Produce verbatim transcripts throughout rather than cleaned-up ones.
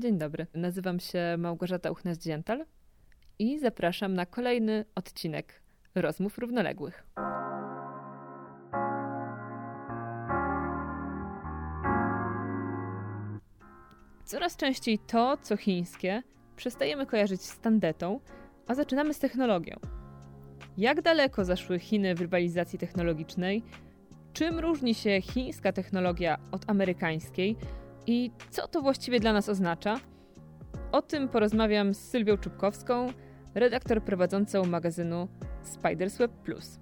Dzień dobry, nazywam się Małgorzata Uchnas-Dziental i zapraszam na kolejny odcinek Rozmów Równoległych. Coraz częściej to, co chińskie, przestajemy kojarzyć z tandetą, a zaczynamy z technologią. Jak daleko zaszły Chiny w rywalizacji technologicznej? Czym różni się chińska technologia od amerykańskiej? I co to właściwie dla nas oznacza? O tym porozmawiam z Sylwią Czubkowską, redaktor prowadzącą magazynu Spiders Web Plus.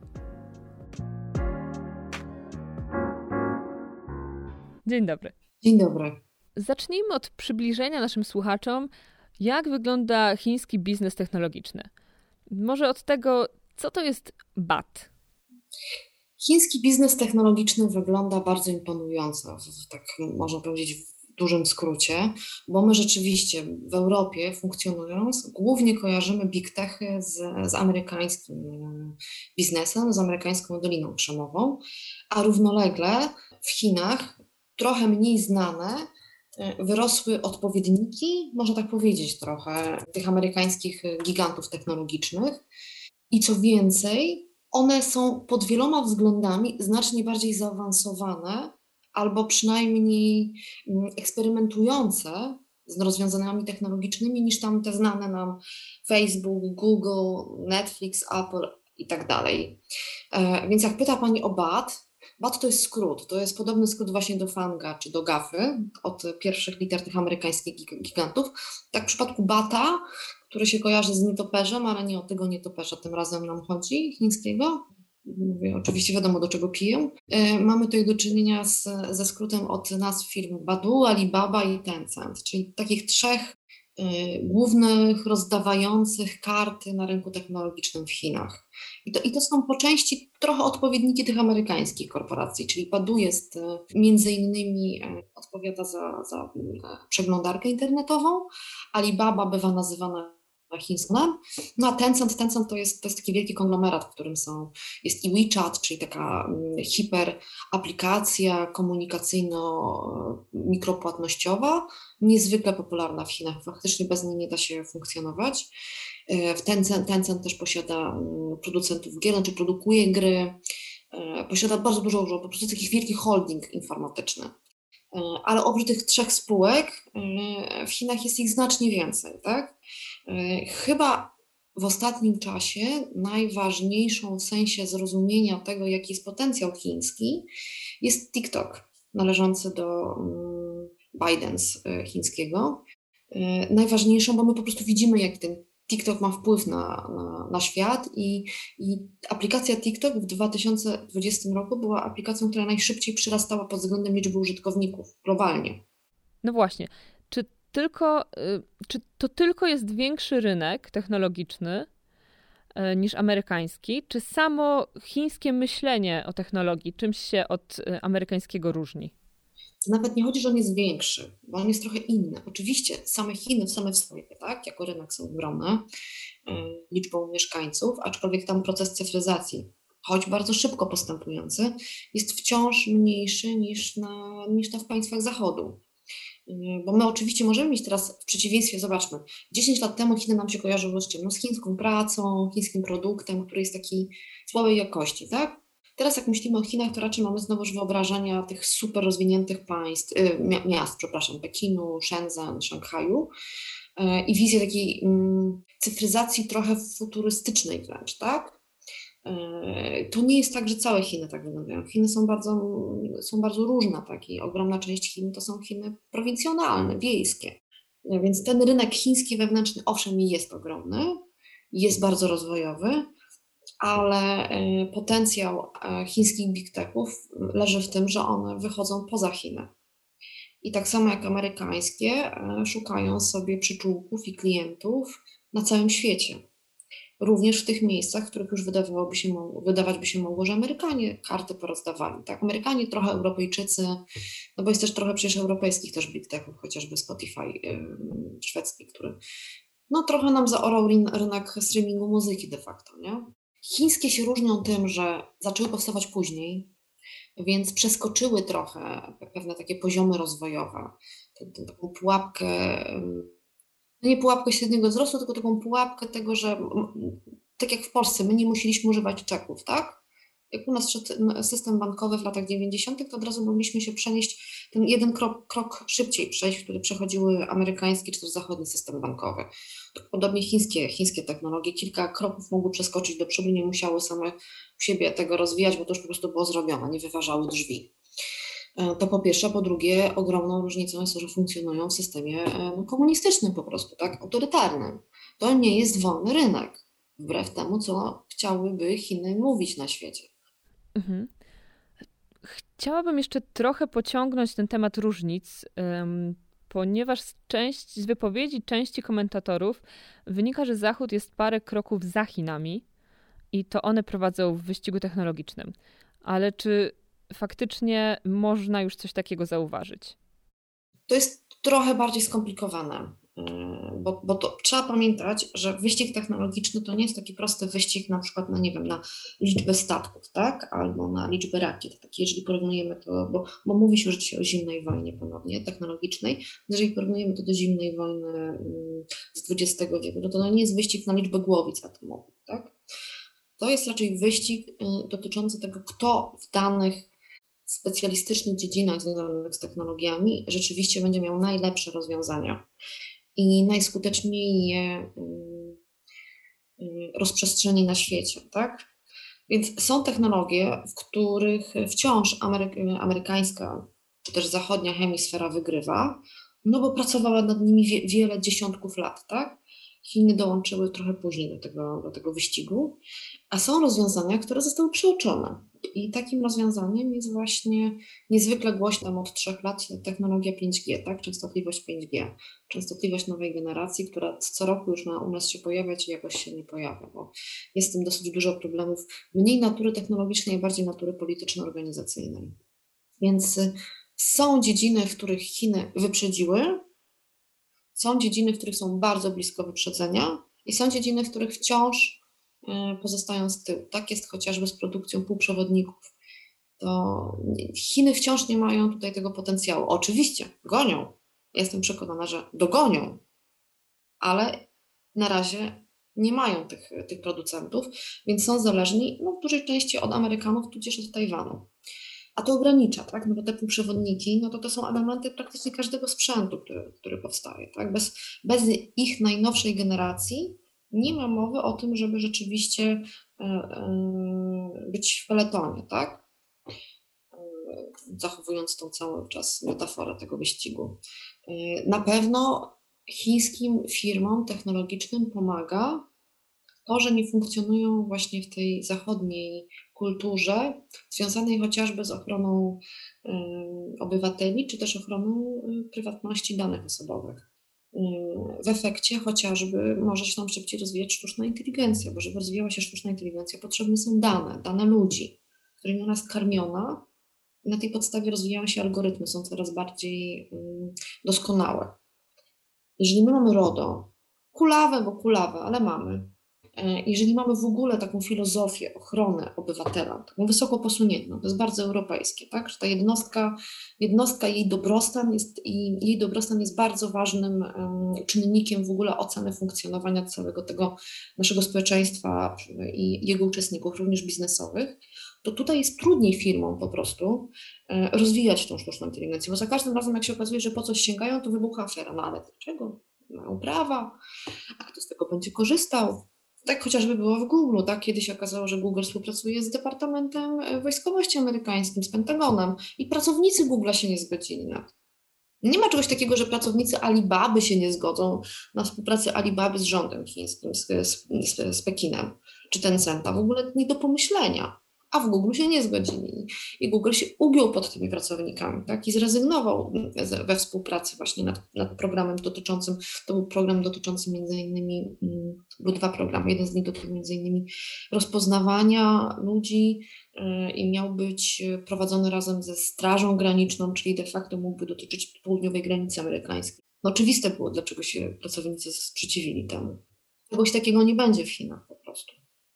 Dzień dobry. Dzień dobry. Zacznijmy od przybliżenia naszym słuchaczom, jak wygląda chiński biznes technologiczny. Może od tego, co to jest B A T? Chiński biznes technologiczny wygląda bardzo imponująco, tak można powiedzieć w dużym skrócie, bo my rzeczywiście w Europie funkcjonując głównie kojarzymy big techy z, z amerykańskim biznesem, z amerykańską Doliną Krzemową, a równolegle w Chinach trochę mniej znane wyrosły odpowiedniki, można tak powiedzieć trochę, tych amerykańskich gigantów technologicznych i co więcej, one są pod wieloma względami znacznie bardziej zaawansowane albo przynajmniej eksperymentujące z rozwiązaniami technologicznymi niż tam te znane nam Facebook, Google, Netflix, Apple i tak dalej. Więc jak pyta Pani o B A T, B A T to jest skrót, to jest podobny skrót właśnie do Fanga czy do GAFY od pierwszych liter tych amerykańskich gigantów. Tak w przypadku B A T a, który się kojarzy z nietoperzem, ale nie o tego nietoperza tym razem nam chodzi, chińskiego. Mówię, oczywiście wiadomo do czego piję. E, mamy tutaj do czynienia z, ze skrótem od nazw firm Baidu, Alibaba i Tencent, czyli takich trzech y, głównych rozdawających karty na rynku technologicznym w Chinach. I to, I to są po części trochę odpowiedniki tych amerykańskich korporacji, czyli Baidu jest y, między innymi y, odpowiada za, za y, przeglądarkę internetową, Alibaba bywa nazywana chińską, no a Tencent, Tencent to jest, to jest taki wielki konglomerat, w którym są, jest i WeChat, czyli taka hiper aplikacja komunikacyjno-mikropłatnościowa, niezwykle popularna w Chinach, faktycznie bez niej nie da się funkcjonować. W Tencent, Tencent też posiada producentów gier, czy produkuje gry, posiada bardzo dużo, po prostu takich wielkich holding informatyczny. Ale oprócz tych trzech spółek w Chinach jest ich znacznie więcej, tak? Chyba w ostatnim czasie najważniejszą w sensie zrozumienia tego, jaki jest potencjał chiński, jest TikTok, należący do ByteDance chińskiego. Najważniejszą, bo my po prostu widzimy, jaki ten TikTok ma wpływ na, na, na świat i, i aplikacja TikTok w dwa tysiące dwudziestym roku była aplikacją, która najszybciej przyrastała pod względem liczby użytkowników globalnie. No właśnie. Czy tylko, czy to tylko jest większy rynek technologiczny niż amerykański, czy samo chińskie myślenie o technologii czymś się od amerykańskiego różni? To nawet nie chodzi, że on jest większy, bo on jest trochę inny. Oczywiście same Chiny same w swoje, tak, jako rynek są ogromne yy, liczbą mieszkańców, aczkolwiek tam proces cyfryzacji, choć bardzo szybko postępujący, jest wciąż mniejszy niż na, niż na w państwach zachodu. Yy, bo my oczywiście możemy mieć teraz, w przeciwieństwie, zobaczmy, dziesięć lat temu Chiny nam się kojarzyły z czym? No z chińską pracą, chińskim produktem, który jest taki słabej jakości, tak? Teraz jak myślimy o Chinach, to raczej mamy znowuż wyobrażenia tych super rozwiniętych państw, y, miast, przepraszam, Pekinu, Shenzhen, Szanghaju y, i wizję takiej y, cyfryzacji trochę futurystycznej wręcz, tak? Y, to nie jest tak, że całe Chiny tak wyglądają. Chiny są bardzo, są bardzo różne, tak? I ogromna część Chin to są Chiny prowincjonalne, wiejskie. Y, więc ten rynek chiński wewnętrzny, owszem, jest ogromny, jest bardzo rozwojowy, ale potencjał chińskich big techów leży w tym, że one wychodzą poza Chiny. I tak samo jak amerykańskie, szukają sobie przyczółków i klientów na całym świecie. Również w tych miejscach, w których już wydawałoby się, wydawać by się mogło, że Amerykanie karty porozdawali. Tak? Amerykanie, trochę Europejczycy, no bo jest też trochę przecież europejskich też big techów, chociażby Spotify yy, szwedzki, który no trochę nam zaorał rynek streamingu muzyki de facto, nie? Chińskie się różnią tym, że zaczęły powstawać później, więc przeskoczyły trochę pewne takie poziomy rozwojowe. tę taką pułapkę, no nie pułapkę średniego wzrostu, tylko taką pułapkę tego, że tak jak w Polsce, my nie musieliśmy używać czeków, tak? Jak u nas szedł system bankowy w latach dziewięćdziesiątych, to od razu mogliśmy się przenieść, ten jeden krok, krok szybciej przejść, który przechodziły amerykański czy też zachodni system bankowy. Podobnie chińskie, chińskie technologie, kilka kroków mogły przeskoczyć do przodu, nie musiały same u siebie tego rozwijać, bo to już po prostu było zrobione, nie wyważały drzwi. To po pierwsze, po drugie, ogromną różnicą jest to, że funkcjonują w systemie no, komunistycznym po prostu, tak, autorytarnym. To nie jest wolny rynek, wbrew temu, co chciałyby Chiny mówić na świecie. Mhm. Chciałabym jeszcze trochę pociągnąć ten temat różnic, um, ponieważ z, część, z wypowiedzi części komentatorów wynika, że Zachód jest parę kroków za Chinami i to one prowadzą w wyścigu technologicznym. Ale czy faktycznie można już coś takiego zauważyć? To jest trochę bardziej skomplikowane, bo, bo to trzeba pamiętać, że wyścig technologiczny to nie jest taki prosty wyścig na przykład na, nie wiem, na liczbę statków, tak, albo na liczbę rakiet. Tak, jeżeli porównujemy to, bo, bo mówi się już dzisiaj o zimnej wojnie ponownie technologicznej, jeżeli porównujemy to do zimnej wojny z dwudziestego wieku, no to to nie jest wyścig na liczbę głowic atomowych, tak? To jest raczej wyścig dotyczący tego, kto w danych specjalistycznych dziedzinach związanych z technologiami rzeczywiście będzie miał najlepsze rozwiązania i najskuteczniej je rozprzestrzeni na świecie, tak? Więc są technologie, w których wciąż Amery- amerykańska czy też zachodnia hemisfera wygrywa, no bo pracowała nad nimi wie- wiele dziesiątków lat, tak? Chiny dołączyły trochę później do tego, do tego wyścigu, a są rozwiązania, które zostały przeoczone. I takim rozwiązaniem jest właśnie niezwykle głośna od trzech lat technologia pięć G, tak? Częstotliwość pięć G, częstotliwość nowej generacji, która co roku już ma u nas się pojawiać i jakoś się nie pojawia, bo jest z tym dosyć dużo problemów, mniej natury technologicznej, a bardziej natury polityczno-organizacyjnej. Więc są dziedziny, w których Chiny wyprzedziły, są dziedziny, w których są bardzo blisko wyprzedzenia i są dziedziny, w których wciąż pozostają z tyłu. Tak jest chociażby z produkcją półprzewodników. To Chiny wciąż nie mają tutaj tego potencjału. Oczywiście gonią. Jestem przekonana, że dogonią, ale na razie nie mają tych, tych producentów, więc są zależni no, w dużej części od Amerykanów, tudzież od Tajwanu. A to ogranicza, tak? No bo te półprzewodniki, no to to są elementy praktycznie każdego sprzętu, który, który powstaje, tak? Bez, bez ich najnowszej generacji nie ma mowy o tym, żeby rzeczywiście y, y, być w peletonie, tak? Y, zachowując tą cały czas metaforę tego wyścigu. Y, na pewno chińskim firmom technologicznym pomaga to, że nie funkcjonują właśnie w tej zachodniej kulturze, związanej chociażby z ochroną y, obywateli, czy też ochroną y, prywatności danych osobowych. Y, w efekcie chociażby może się tam szybciej rozwijać sztuczna inteligencja, bo żeby rozwijała się sztuczna inteligencja, potrzebne są dane, dane ludzi, którymi ona jest karmiona i na tej podstawie rozwijają się algorytmy, są coraz bardziej y, doskonałe. Jeżeli my mamy RODO, kulawe, bo kulawe, ale mamy, jeżeli mamy w ogóle taką filozofię ochrony obywatela, taką wysoko posuniętą, to jest bardzo europejskie, tak? Że ta jednostka, jednostka jej dobrostan jest, i jej dobrostan jest bardzo ważnym um, czynnikiem w ogóle oceny funkcjonowania całego tego naszego społeczeństwa i jego uczestników, również biznesowych, to tutaj jest trudniej firmom po prostu e, rozwijać tą sztuczną inteligencję, bo za każdym razem jak się okazuje, że po coś sięgają, to wybucha afera, no ale dlaczego? Mają prawa, a kto z tego będzie korzystał? Tak chociażby było w Google, tak? Kiedyś się okazało, że Google współpracuje z Departamentem Wojskowości Amerykańskim, z Pentagonem i pracownicy Google'a się nie zgodzili na to. Nie ma czegoś takiego, że pracownicy Alibaby się nie zgodzą na współpracę Alibaby z rządem chińskim, z, z, z, z Pekinem czy Tencenta. W ogóle nie do pomyślenia. A w Google się nie zgodzili. I Google się ugiął pod tymi pracownikami, tak? I zrezygnował we współpracy właśnie nad, nad programem dotyczącym, to był program dotyczący między innymi, były dwa programy, jeden z nich dotyczył między innymi rozpoznawania ludzi yy, i miał być prowadzony razem ze Strażą Graniczną, czyli de facto mógłby dotyczyć południowej granicy amerykańskiej. No oczywiste było, dlaczego się pracownicy sprzeciwili temu. Czegoś takiego nie będzie w Chinach po prostu.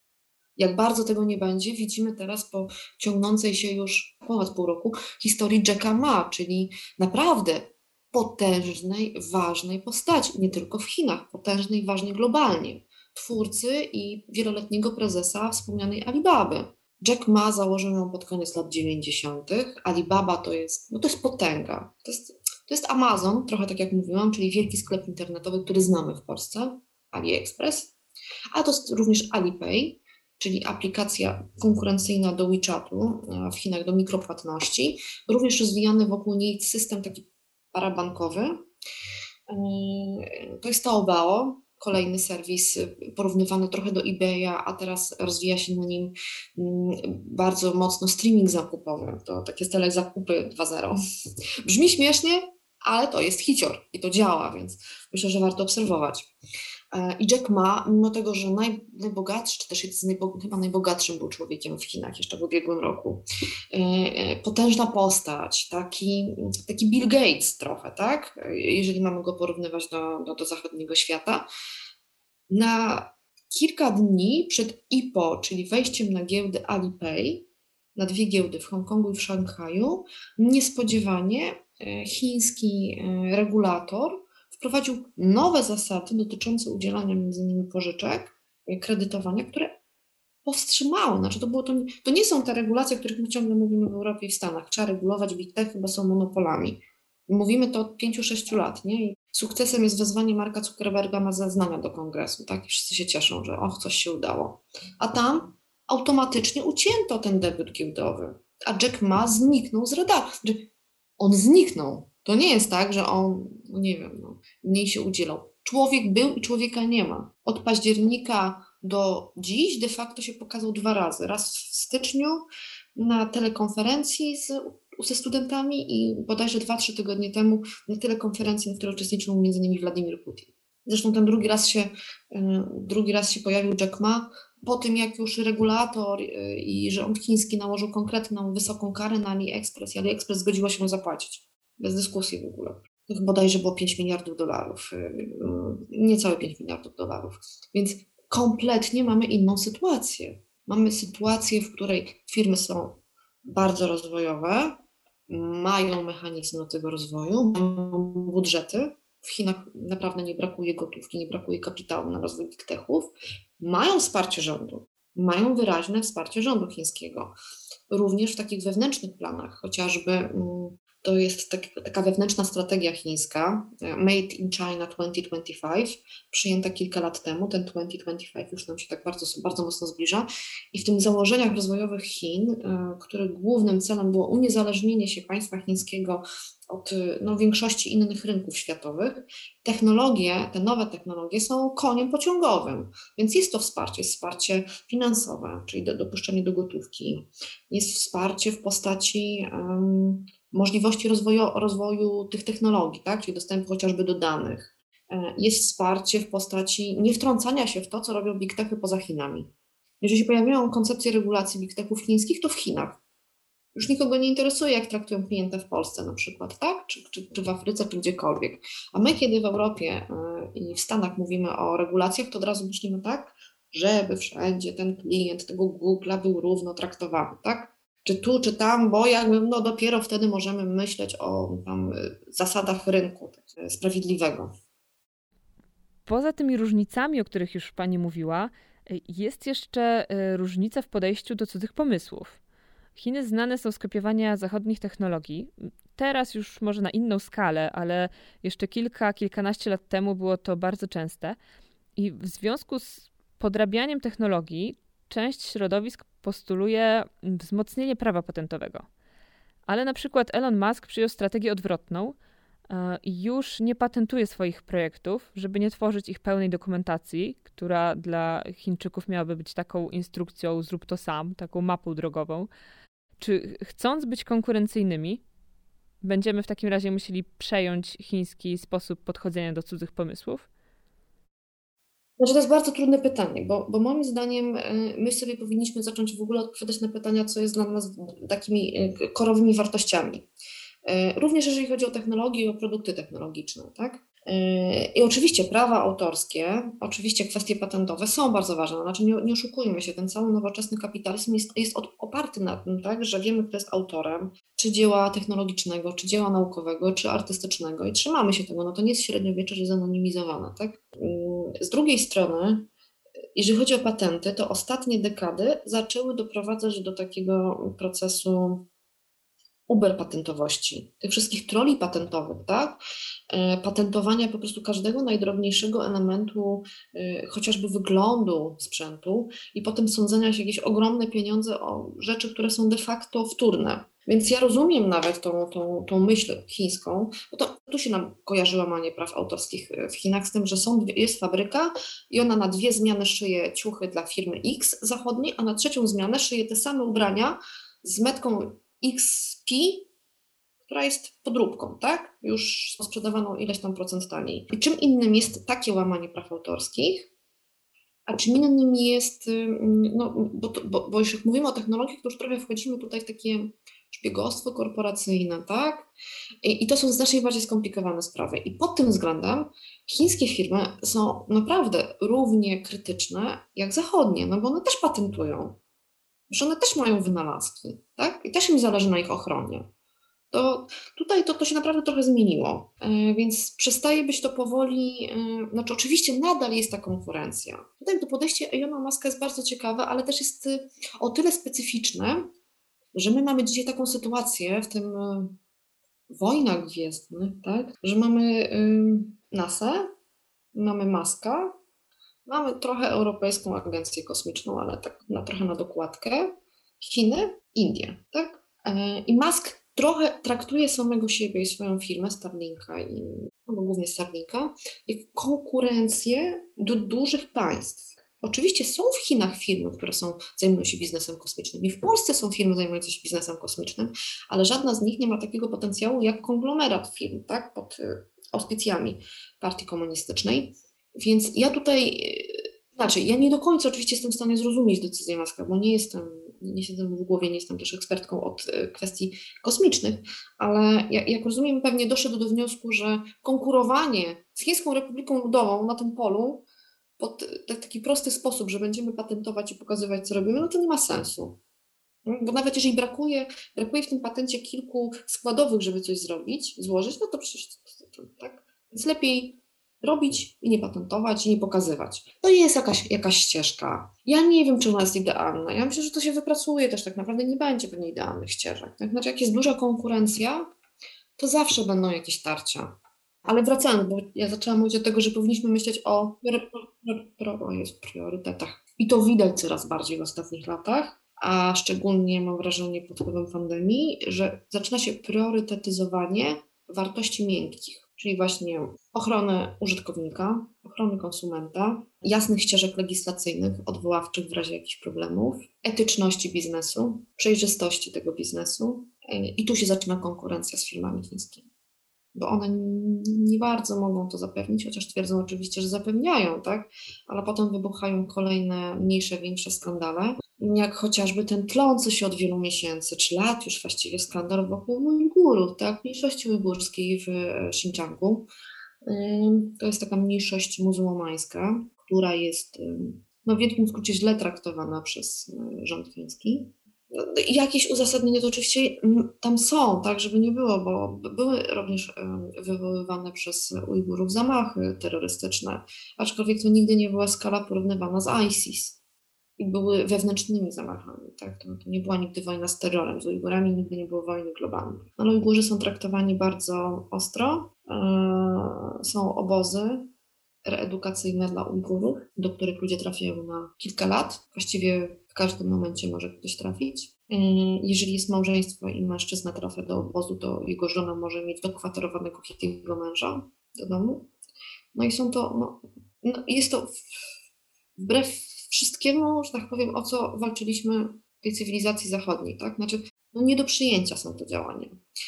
Jak bardzo tego nie będzie, widzimy teraz po ciągnącej się już ponad pół roku historii Jacka Ma, czyli naprawdę potężnej, ważnej postaci, nie tylko w Chinach, potężnej, ważnej globalnie. Twórcy i wieloletniego prezesa wspomnianej Alibaby. Jack Ma założył ją pod koniec lat dziewięćdziesiątych. Alibaba to jest, no to jest potęga. To jest, to jest Amazon, trochę tak jak mówiłam, czyli wielki sklep internetowy, który znamy w Polsce, AliExpress, a to jest również Alipay, czyli aplikacja konkurencyjna do WeChatu w Chinach, do mikropłatności. Również rozwijany wokół niej system taki parabankowy. To jest Taobao, kolejny serwis porównywany trochę do eBaya, a teraz rozwija się na nim bardzo mocno streaming zakupowy. To takie telezakupy dwa zero. Brzmi śmiesznie, ale to jest hicior i to działa, więc myślę, że warto obserwować. I Jack Ma, mimo tego, że naj, najbogatszy, czy też jest najbo, chyba najbogatszym był człowiekiem w Chinach jeszcze w ubiegłym roku, e, potężna postać, taki, taki Bill Gates trochę, tak? Jeżeli mamy go porównywać do, do, do zachodniego świata. Na kilka dni przed I P O, czyli wejściem na giełdę Alipay, na dwie giełdy w Hongkongu i w Szanghaju, niespodziewanie e, chiński e, regulator wprowadził nowe zasady dotyczące udzielania między innymi pożyczek, kredytowania, które powstrzymały. Znaczy to, było to, to nie są te regulacje, o których my ciągle mówimy w Europie i w Stanach. Trzeba regulować big tech, chyba są monopolami. Mówimy to od pięciu, sześciu lat, nie? I sukcesem jest wezwanie Marka Zuckerberga na zeznania do kongresu, tak? I wszyscy się cieszą, że och, coś się udało. A tam automatycznie ucięto ten debiut giełdowy. A Jack Ma zniknął z redakcji. On zniknął. To nie jest tak, że on, no nie wiem, no, mniej się udzielał. Człowiek był i człowieka nie ma. Od października do dziś de facto się pokazał dwa razy. Raz w styczniu na telekonferencji z, ze studentami i bodajże dwa, trzy tygodnie temu na telekonferencji, na której uczestniczył między innymi Władimir Putin. Zresztą ten drugi raz się, drugi raz się pojawił Jack Ma po tym, jak już regulator i rząd chiński nałożył konkretną, wysoką karę na AliExpress i AliExpress zgodziła się zapłacić. Bez dyskusji w ogóle. To bodajże było pięć miliardów dolarów. Niecałe pięć miliardów dolarów. Więc kompletnie mamy inną sytuację. Mamy sytuację, w której firmy są bardzo rozwojowe, mają mechanizmy do tego rozwoju, mają budżety. W Chinach naprawdę nie brakuje gotówki, nie brakuje kapitału na rozwój big techów. Mają wsparcie rządu. Mają wyraźne wsparcie rządu chińskiego. Również w takich wewnętrznych planach, chociażby to jest tak, taka wewnętrzna strategia chińska, Made in China dwa tysiące dwudziesty piąty, przyjęta kilka lat temu. Ten dwa tysiące dwudziesty piąty już nam się tak bardzo, bardzo mocno zbliża. I w tym założeniach rozwojowych Chin, których głównym celem było uniezależnienie się państwa chińskiego od no, większości innych rynków światowych, technologie, te nowe technologie są koniem pociągowym, więc jest to wsparcie, jest wsparcie finansowe, czyli do, dopuszczenie do gotówki, jest wsparcie w postaci um, możliwości rozwoju, rozwoju tych technologii, tak? Czyli dostępu chociażby do danych. Jest wsparcie w postaci niewtrącania się w to, co robią big techy poza Chinami. Jeżeli się pojawiają koncepcje regulacji big techów chińskich, to w Chinach. Już nikogo nie interesuje, jak traktują klienta w Polsce na przykład, tak? Czy, czy, czy w Afryce, czy gdziekolwiek. A my, kiedy w Europie i w Stanach mówimy o regulacjach, to od razu myślimy tak, żeby wszędzie ten klient tego Google'a był równo traktowany, tak? Czy tu, czy tam, bo jakby no dopiero wtedy możemy myśleć o tam zasadach rynku tak, sprawiedliwego. Poza tymi różnicami, o których już Pani mówiła, jest jeszcze różnica w podejściu do cudzych pomysłów. Chiny znane są z kopiowania zachodnich technologii. Teraz już może na inną skalę, ale jeszcze kilka, kilkanaście lat temu było to bardzo częste. I w związku z podrabianiem technologii część środowisk postuluje wzmocnienie prawa patentowego. Ale na przykład Elon Musk przyjął strategię odwrotną i już nie patentuje swoich projektów, żeby nie tworzyć ich pełnej dokumentacji, która dla Chińczyków miałaby być taką instrukcją zrób to sam, taką mapą drogową. Czy chcąc być konkurencyjnymi, będziemy w takim razie musieli przejąć chiński sposób podchodzenia do cudzych pomysłów? Znaczy to jest bardzo trudne pytanie, bo, bo moim zdaniem my sobie powinniśmy zacząć w ogóle odpowiadać na pytania, co jest dla nas takimi korowymi wartościami. Również jeżeli chodzi o technologię i o produkty technologiczne, tak? I oczywiście prawa autorskie, oczywiście kwestie patentowe są bardzo ważne, znaczy nie, nie oszukujmy się, ten cały nowoczesny kapitalizm jest, jest oparty na tym, tak, że wiemy, kto jest autorem, czy dzieła technologicznego, czy dzieła naukowego, czy artystycznego i trzymamy się tego, no to nie jest średniowiecze, że jest zanonimizowane, tak. Z drugiej strony, jeżeli chodzi o patenty, to ostatnie dekady zaczęły doprowadzać do takiego procesu uberpatentowości, tych wszystkich troli patentowych, tak? Patentowania po prostu każdego najdrobniejszego elementu, chociażby wyglądu sprzętu i potem sądzenia się jakieś ogromne pieniądze o rzeczy, które są de facto wtórne. Więc ja rozumiem nawet tą, tą, tą myśl chińską, bo to tu się nam kojarzy łamanie praw autorskich w Chinach z tym, że są, jest fabryka i ona na dwie zmiany szyje ciuchy dla firmy X zachodniej, a na trzecią zmianę szyje te same ubrania z metką X P, która jest podróbką, tak? Już sprzedawaną ileś tam procent taniej. I czym innym jest takie łamanie praw autorskich, a czym innym jest, no, bo, to, bo, bo już jak mówimy o technologii, to już trochę wchodzimy tutaj w takie szpiegostwo korporacyjne, tak? I, i to są znacznie bardziej skomplikowane sprawy. I pod tym względem chińskie firmy są naprawdę równie krytyczne jak zachodnie, no bo one też patentują. Że one też mają wynalazki, tak? I też im zależy na ich ochronie. To tutaj to, to się naprawdę trochę zmieniło, e, więc przestaje być to powoli, e, znaczy oczywiście nadal jest ta konkurencja. Tutaj to podejście Elona Muska jest bardzo ciekawe, ale też jest y, o tyle specyficzne, że my mamy dzisiaj taką sytuację w tym y, wojnach gwiezdnych, tak? Że mamy y, NASA, mamy Muska, mamy trochę Europejską Agencję Kosmiczną, ale tak na, trochę na dokładkę, Chiny, Indie, tak? E, I Musk trochę traktuje samego siebie i swoją firmę Starlinka, i, no głównie Starlinka, jak konkurencję do dużych państw. Oczywiście są w Chinach firmy, które są, zajmują się biznesem kosmicznym i w Polsce są firmy zajmujące się biznesem kosmicznym, ale żadna z nich nie ma takiego potencjału jak konglomerat firm, tak? Pod y, auspicjami partii komunistycznej. Więc ja tutaj, znaczy, ja nie do końca oczywiście jestem w stanie zrozumieć decyzję Muska, bo nie jestem, nie siedzę w głowie, nie jestem też ekspertką od kwestii kosmicznych, ale jak, jak rozumiem, pewnie doszedł do wniosku, że konkurowanie z Chińską Republiką Ludową na tym polu pod taki prosty sposób, że będziemy patentować i pokazywać, co robimy, no to nie ma sensu. Bo nawet jeżeli brakuje, brakuje w tym patencie kilku składowych, żeby coś zrobić, złożyć, no to przecież tak. Więc lepiej robić i nie patentować i nie pokazywać. To jest jakaś, jakaś ścieżka. Ja nie wiem, czy ona jest idealna. Ja myślę, że to się wypracuje też tak naprawdę. Nie będzie pewnie idealnych ścieżek. Tak? Znaczy, jak jest duża konkurencja, to zawsze będą jakieś tarcia. Ale wracając, bo ja zaczęłam mówić o tego, że powinniśmy myśleć o, o jest priorytetach. I to widać coraz bardziej w ostatnich latach, a szczególnie mam wrażenie pod wpływem pandemii, że zaczyna się priorytetyzowanie wartości miękkich. Czyli właśnie ochrony użytkownika, ochrony konsumenta, jasnych ścieżek legislacyjnych, odwoławczych w razie jakichś problemów, etyczności biznesu, przejrzystości tego biznesu. I tu się zaczyna konkurencja z firmami chińskimi, bo one nie bardzo mogą to zapewnić, chociaż twierdzą oczywiście, że zapewniają, tak? Ale potem wybuchają kolejne mniejsze, większe skandale, jak chociażby ten tlący się od wielu miesięcy, czy lat już właściwie skandal wokół Ujgurów, tak? Mniejszości ujgurskiej w Xinjiangu. To jest taka mniejszość muzułmańska, która jest no, w wielkim skrócie źle traktowana przez rząd chiński. Jakieś uzasadnienia to oczywiście tam są, tak, żeby nie było, bo były również wywoływane przez Ujgurów zamachy terrorystyczne, aczkolwiek to nigdy nie była skala porównywana z ISIS i były wewnętrznymi zamachami, tak, to, to nie była nigdy wojna z terrorem, z Ujgurami nigdy nie było wojny globalnej. Ale Ujgurzy są traktowani bardzo ostro, yy, są obozy reedukacyjne dla Ujgurów, do których ludzie trafiają na kilka lat, właściwie w każdym momencie może ktoś trafić. Jeżeli jest małżeństwo i mężczyzna trafia do obozu, to jego żona może mieć dokwaterowanego chińskiego męża do domu. No i są to, no, no jest to wbrew wszystkiemu, że tak powiem, o co walczyliśmy w tej cywilizacji zachodniej, tak? Znaczy, no nie do przyjęcia są te działania.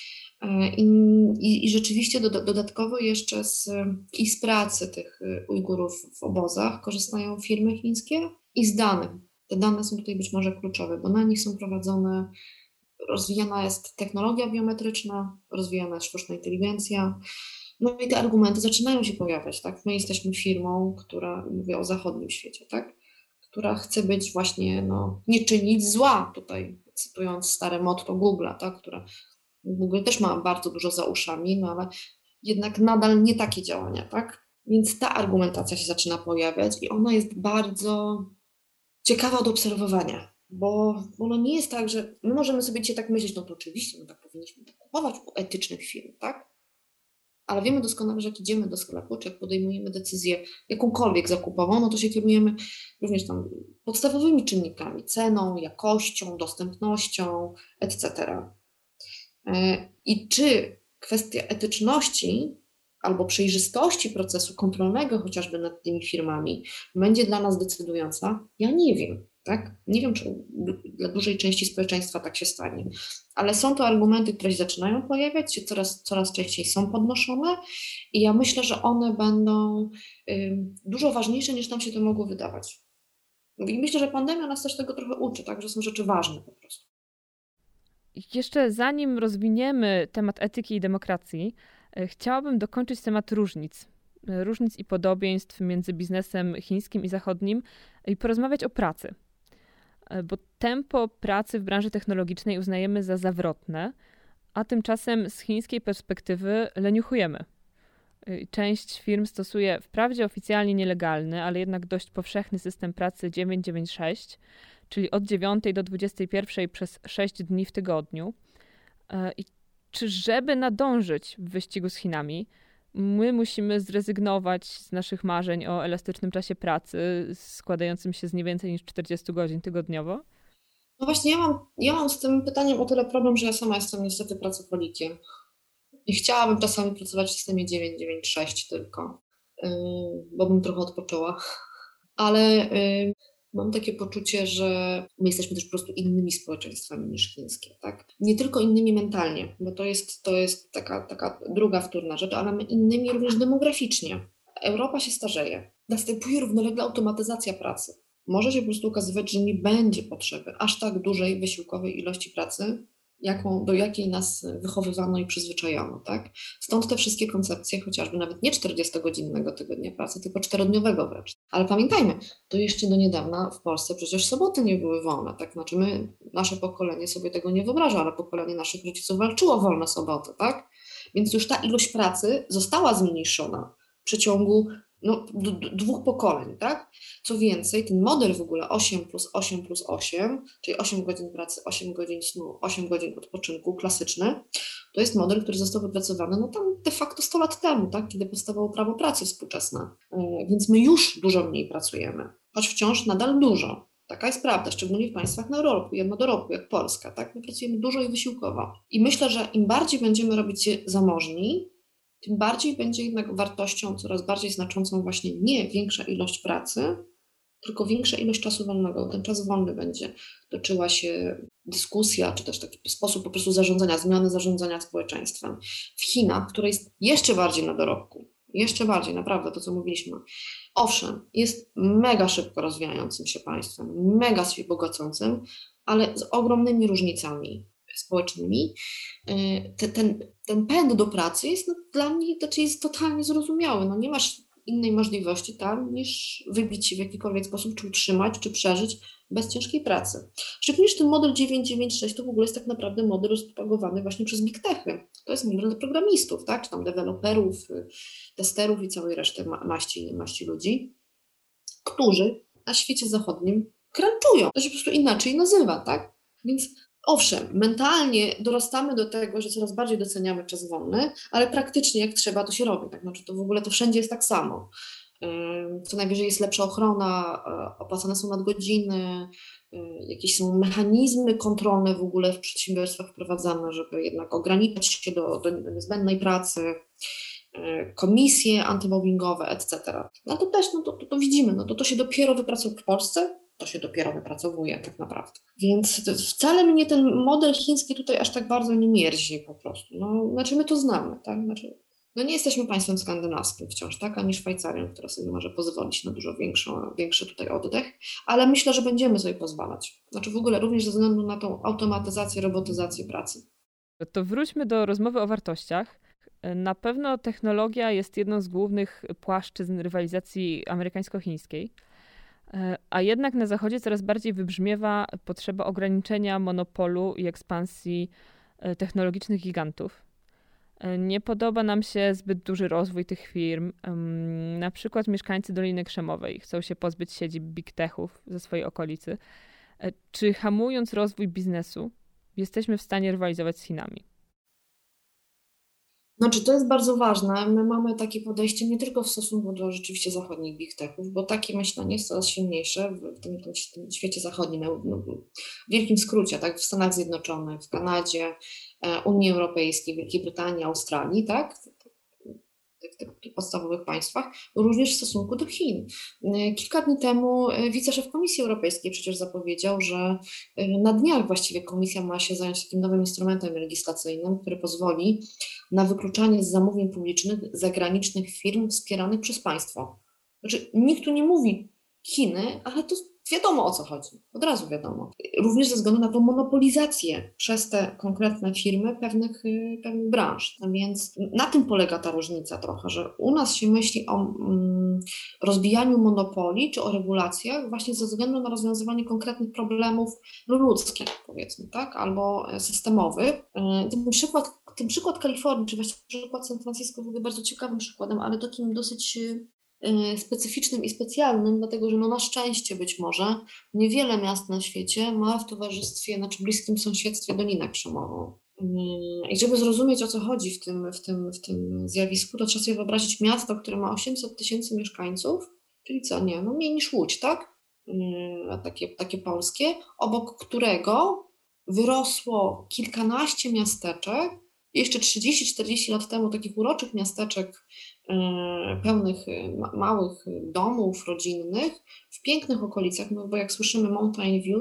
I, i, i rzeczywiście do, dodatkowo jeszcze z, i z pracy tych Ujgurów w obozach korzystają firmy chińskie i z danych. Te dane są tutaj być może kluczowe, bo na nich są prowadzone, rozwijana jest technologia biometryczna, rozwijana jest sztuczna inteligencja, No i te argumenty zaczynają się pojawiać, tak? My jesteśmy firmą, która, mówię o zachodnim świecie, tak? Która chce być właśnie, no, nie czynić zła, tutaj cytując stare motto Google'a, tak? Która, Google też ma bardzo dużo za uszami, no ale jednak nadal nie takie działania, tak? Więc ta argumentacja się zaczyna pojawiać i ona jest bardzo ciekawa do obserwowania, bo ono nie jest tak, że my możemy sobie dzisiaj tak myśleć, no to oczywiście, no tak powinniśmy tak kupować u etycznych firm, tak? Ale wiemy doskonale, że jak idziemy do sklepu, czy jak podejmujemy decyzję jakąkolwiek zakupową, no to się kierujemy również tam podstawowymi czynnikami, ceną, jakością, dostępnością, et cetera. I czy kwestia etyczności albo przejrzystości procesu kontrolnego chociażby nad tymi firmami będzie dla nas decydująca? Ja nie wiem, tak? Nie wiem, czy dla dużej części społeczeństwa tak się stanie, ale są to argumenty, które się zaczynają pojawiać, się coraz, coraz częściej są podnoszone i ja myślę, że one będą y, dużo ważniejsze, niż nam się to mogło wydawać. I myślę, że pandemia nas też tego trochę uczy, tak? Że są rzeczy ważne po prostu. Jeszcze zanim rozwiniemy temat etyki i demokracji, chciałabym dokończyć temat różnic. Różnic i podobieństw między biznesem chińskim i zachodnim i porozmawiać o pracy. Bo tempo pracy w branży technologicznej uznajemy za zawrotne, a tymczasem z chińskiej perspektywy leniuchujemy. Część firm stosuje wprawdzie oficjalnie nielegalny, ale jednak dość powszechny system pracy dziewięć dziewięć sześć, czyli od dziewiątej do dwudziestej pierwszej przez sześć dni w tygodniu. I czy żeby nadążyć w wyścigu z Chinami, my musimy zrezygnować z naszych marzeń o elastycznym czasie pracy składającym się z nie więcej niż czterdziestu godzin tygodniowo? No właśnie, ja mam, ja mam z tym pytaniem o tyle problem, że ja sama jestem niestety pracocholikiem. I chciałabym czasami pracować w systemie dziewięć dziewięć sześć tylko, yy, bo bym trochę odpoczęła. Ale yy, mam takie poczucie, że my jesteśmy też po prostu innymi społeczeństwami niż chińskie, tak? Nie tylko innymi mentalnie, bo to jest, to jest taka, taka druga wtórna rzecz, ale my innymi również demograficznie. Europa się starzeje. Następuje równolegle automatyzacja pracy. Może się po prostu okazywać, że nie będzie potrzeby aż tak dużej wysiłkowej ilości pracy, jaką, do jakiej nas wychowywano i przyzwyczajono, tak? Stąd te wszystkie koncepcje, chociażby nawet nie czterdziestogodzinnego tygodnia pracy, tylko czterodniowego wręcz. Ale pamiętajmy, to jeszcze do niedawna w Polsce przecież soboty nie były wolne, tak? Znaczy my, nasze pokolenie sobie tego nie wyobraża, ale pokolenie naszych rodziców walczyło o wolne soboty, tak? Więc już ta ilość pracy została zmniejszona w przeciągu no, d- d- dwóch pokoleń, tak? Co więcej, ten model w ogóle osiem plus osiem plus osiem, czyli osiem godzin pracy, osiem godzin snu, osiem godzin odpoczynku, klasyczny, to jest model, który został wypracowany no tam de facto sto lat temu, tak? Kiedy powstawało prawo pracy współczesne. Yy, więc my już dużo mniej pracujemy, choć wciąż nadal dużo. Taka jest prawda, szczególnie w państwach na dorobku, jednodorobku, jak Polska, tak? My pracujemy dużo i wysiłkowo. I myślę, że im bardziej będziemy robić się zamożni, tym bardziej będzie jednak wartością coraz bardziej znaczącą właśnie nie większa ilość pracy, tylko większa ilość czasu wolnego. Ten czas wolny będzie toczyła się dyskusja, czy też taki sposób po prostu zarządzania, zmiany zarządzania społeczeństwem. W Chinach, które jest jeszcze bardziej na dorobku, jeszcze bardziej, naprawdę to, co mówiliśmy. Owszem, jest mega szybko rozwijającym się państwem, mega się bogacącym, ale z ogromnymi różnicami społecznymi. Ten, ten, ten pęd do pracy jest no, dla mnie znaczy jest totalnie zrozumiały. No, nie masz innej możliwości tam niż wybić się w jakikolwiek sposób, czy utrzymać, czy przeżyć bez ciężkiej pracy. Szczególnie, że ten model dziewięć dziewięć sześć to w ogóle jest tak naprawdę model rozpropagowany właśnie przez big techy. To jest model dla programistów, tak? Czy tam deweloperów, testerów i całej reszty ma- maści, maści ludzi, którzy na świecie zachodnim crunchują. To się po prostu inaczej nazywa, tak? Więc owszem, mentalnie dorastamy do tego, że coraz bardziej doceniamy czas wolny, ale praktycznie jak trzeba, to się robi. Tak? Znaczy, to w ogóle to wszędzie jest tak samo. Co najwyżej jest lepsza ochrona, opłacane są nadgodziny, jakieś są mechanizmy kontrolne w ogóle w przedsiębiorstwach wprowadzane, żeby jednak ograniczać się do, do niezbędnej pracy, komisje antymobbingowe, et cetera. No to też no to, to, to widzimy, no to, to się dopiero wypracowuje w Polsce, to się dopiero wypracowuje tak naprawdę. Więc wcale mnie ten model chiński tutaj aż tak bardzo nie mierzi po prostu. No, znaczy my to znamy, tak? Znaczy, no nie jesteśmy państwem skandynawskim wciąż, tak? Ani Szwajcarią, która sobie może pozwolić na dużo większą, większy tutaj oddech, ale myślę, że będziemy sobie pozwalać. Znaczy w ogóle również ze względu na tą automatyzację, robotyzację pracy. To wróćmy do rozmowy o wartościach. Na pewno technologia jest jedną z głównych płaszczyzn rywalizacji amerykańsko-chińskiej, a jednak na Zachodzie coraz bardziej wybrzmiewa potrzeba ograniczenia monopolu i ekspansji technologicznych gigantów. Nie podoba nam się zbyt duży rozwój tych firm. Na przykład mieszkańcy Doliny Krzemowej chcą się pozbyć siedzib big techów ze swojej okolicy. Czy hamując rozwój biznesu, jesteśmy w stanie rywalizować z Chinami? Znaczy, to jest bardzo ważne. My mamy takie podejście nie tylko w stosunku do rzeczywiście zachodnich big techów, bo takie myślenie jest coraz silniejsze w tym, w tym świecie zachodnim, no, w wielkim skrócie, tak, w Stanach Zjednoczonych, w Kanadzie, Unii Europejskiej, Wielkiej Brytanii, Australii, tak, w tych podstawowych państwach, również w stosunku do Chin. Kilka dni temu wiceszef Komisji Europejskiej przecież zapowiedział, że na dniach właściwie Komisja ma się zająć takim nowym instrumentem legislacyjnym, który pozwoli na wykluczanie z zamówień publicznych zagranicznych firm wspieranych przez państwo. Znaczy, nikt tu nie mówi Chiny, ale to wiadomo, o co chodzi. Od razu wiadomo. Również ze względu na tą monopolizację przez te konkretne firmy pewnych, pewnych branż. A więc na tym polega ta różnica trochę, że u nas się myśli o mm, rozbijaniu monopoli czy o regulacjach właśnie ze względu na rozwiązywanie konkretnych problemów ludzkich, powiedzmy, tak, albo systemowych. Ten przykład, ten przykład Kalifornii, czy właściwie przykład San Francisco był bardzo ciekawym przykładem, ale takim dosyć specyficznym i specjalnym, dlatego że no na szczęście być może niewiele miast na świecie ma w towarzystwie, znaczy bliskim sąsiedztwie Dolinę Krzemową. I żeby zrozumieć, o co chodzi w tym, w tym, w tym zjawisku, to trzeba sobie wyobrazić miasto, które ma osiemset tysięcy mieszkańców, czyli co, nie, no mniej niż Łódź, tak? Takie, takie polskie, obok którego wyrosło kilkanaście miasteczek, jeszcze trzydzieści czterdzieści lat temu takich uroczych miasteczek pełnych ma- małych domów rodzinnych w pięknych okolicach, no bo jak słyszymy Mountain View,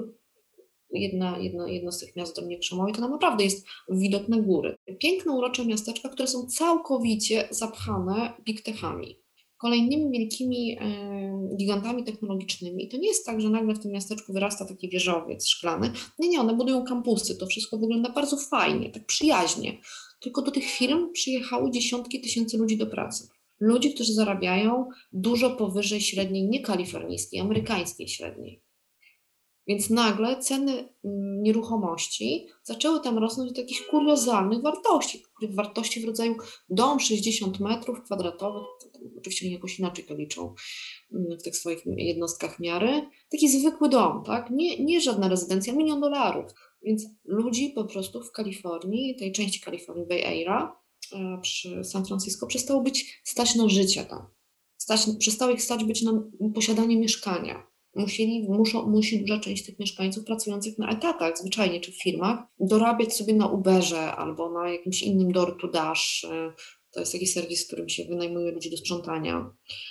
jedna, jedna, jedno z tych miast w Dolinie Krzemowej, to tam naprawdę jest widok na góry. Piękne, urocze miasteczka, które są całkowicie zapchane big techami, kolejnymi wielkimi e, gigantami technologicznymi. I to nie jest tak, że nagle w tym miasteczku wyrasta taki wieżowiec szklany. Nie, nie, one budują kampusy, to wszystko wygląda bardzo fajnie, tak przyjaźnie. Tylko do tych firm przyjechały dziesiątki tysięcy ludzi do pracy. Ludzi, którzy zarabiają dużo powyżej średniej, nie kalifornijskiej, amerykańskiej średniej. Więc nagle ceny nieruchomości zaczęły tam rosnąć do takich kuriozalnych wartości, wartości w rodzaju dom sześćdziesiąt metrów kwadratowych, oczywiście oni jakoś inaczej to liczą w tych swoich jednostkach miary, taki zwykły dom, tak? Nie, nie żadna rezydencja, milion dolarów. Więc ludzi po prostu w Kalifornii, tej części Kalifornii, Bay Area, przy San Francisco, przestało być stać na życie tam. Stać, przestało ich stać być na posiadanie mieszkania. Musieli, muszą, musi duża część tych mieszkańców pracujących na etatach, zwyczajnie, czy w firmach, dorabiać sobie na Uberze albo na jakimś innym Door to Dash. To jest taki serwis, w którym się wynajmuje ludzi do sprzątania.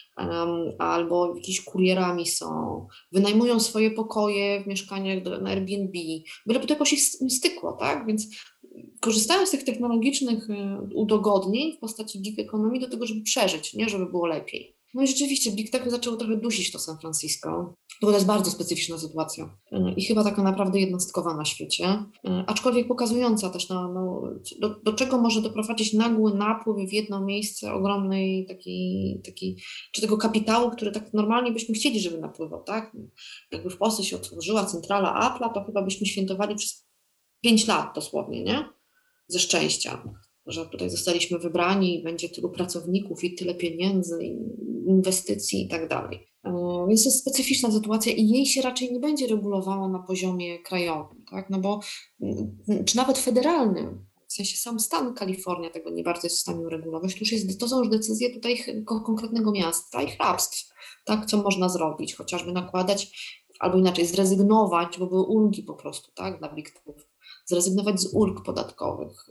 Um, albo jakimiś kurierami są. Wynajmują swoje pokoje w mieszkaniach do, na Airbnb. Byleby to jakoś ich stykło, tak? Więc korzystają z tych technologicznych udogodnień w postaci gig economy do tego, żeby przeżyć, nie żeby było lepiej. No i rzeczywiście big techy zaczęło trochę dusić to San Francisco, bo to jest bardzo specyficzna sytuacja i chyba taka naprawdę jednostkowa na świecie, aczkolwiek pokazująca też, no, no, do, do czego może doprowadzić nagły napływ w jedno miejsce ogromnej takiej, takiej, czy tego kapitału, który tak normalnie byśmy chcieli, żeby napływał, tak? Jakby w Polsce się otworzyła centrala Apple'a, to chyba byśmy świętowali przez pięć lat dosłownie, nie? Ze szczęścia, że tutaj zostaliśmy wybrani i będzie tylu pracowników i tyle pieniędzy, i inwestycji i tak dalej. Więc to jest specyficzna sytuacja i jej się raczej nie będzie regulowało na poziomie krajowym, tak? No bo, czy nawet federalnym, w sensie sam stan Kalifornia tego nie bardzo jest w stanie uregulować, to, już jest, to są już decyzje tutaj konkretnego miasta i hrabstw, tak? Co można zrobić, chociażby nakładać, albo inaczej zrezygnować, bo były ulgi po prostu, tak? Dla big techów, zrezygnować z ulg podatkowych,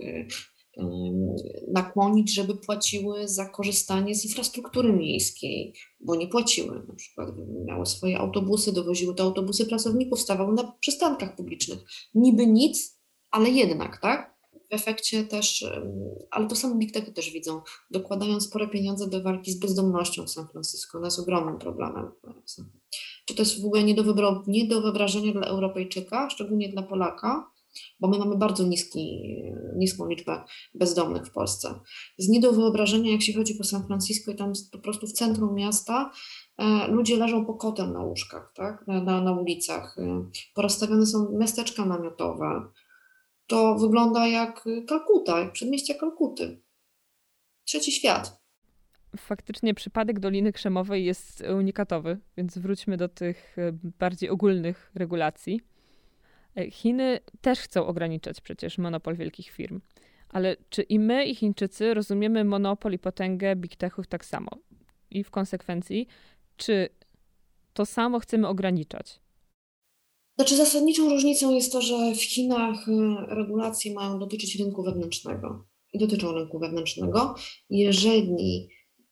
nakłonić, żeby płaciły za korzystanie z infrastruktury miejskiej, bo nie płaciły. Na przykład miały swoje autobusy, dowoziły te autobusy pracowników, stawały na przystankach publicznych. Niby nic, ale jednak, tak? W efekcie też, ale to samo big techy też widzą, dokładają spore pieniądze do walki z bezdomnością w San Francisco. Ona jest ogromnym problemem. Czy to jest w ogóle nie do, wyobra- nie do wyobrażenia dla Europejczyka, szczególnie dla Polaka, bo my mamy bardzo niski, niską liczbę bezdomnych w Polsce. Jest nie do wyobrażenia, jak się chodzi po San Francisco i tam po prostu w centrum miasta e, ludzie leżą pokotem na łóżkach, tak? na, na, na ulicach. E, porozstawione są miasteczka namiotowe. To wygląda jak Kalkuta, jak przedmieście Kalkuty. Trzeci świat. Faktycznie przypadek Doliny Krzemowej jest unikatowy, więc wróćmy do tych bardziej ogólnych regulacji. Chiny też chcą ograniczać przecież monopol wielkich firm. Ale czy i my, i Chińczycy rozumiemy monopol i potęgę big techów tak samo? I w konsekwencji, czy to samo chcemy ograniczać? Znaczy zasadniczą różnicą jest to, że w Chinach regulacje mają dotyczyć rynku wewnętrznego i dotyczą rynku wewnętrznego. Jeżeli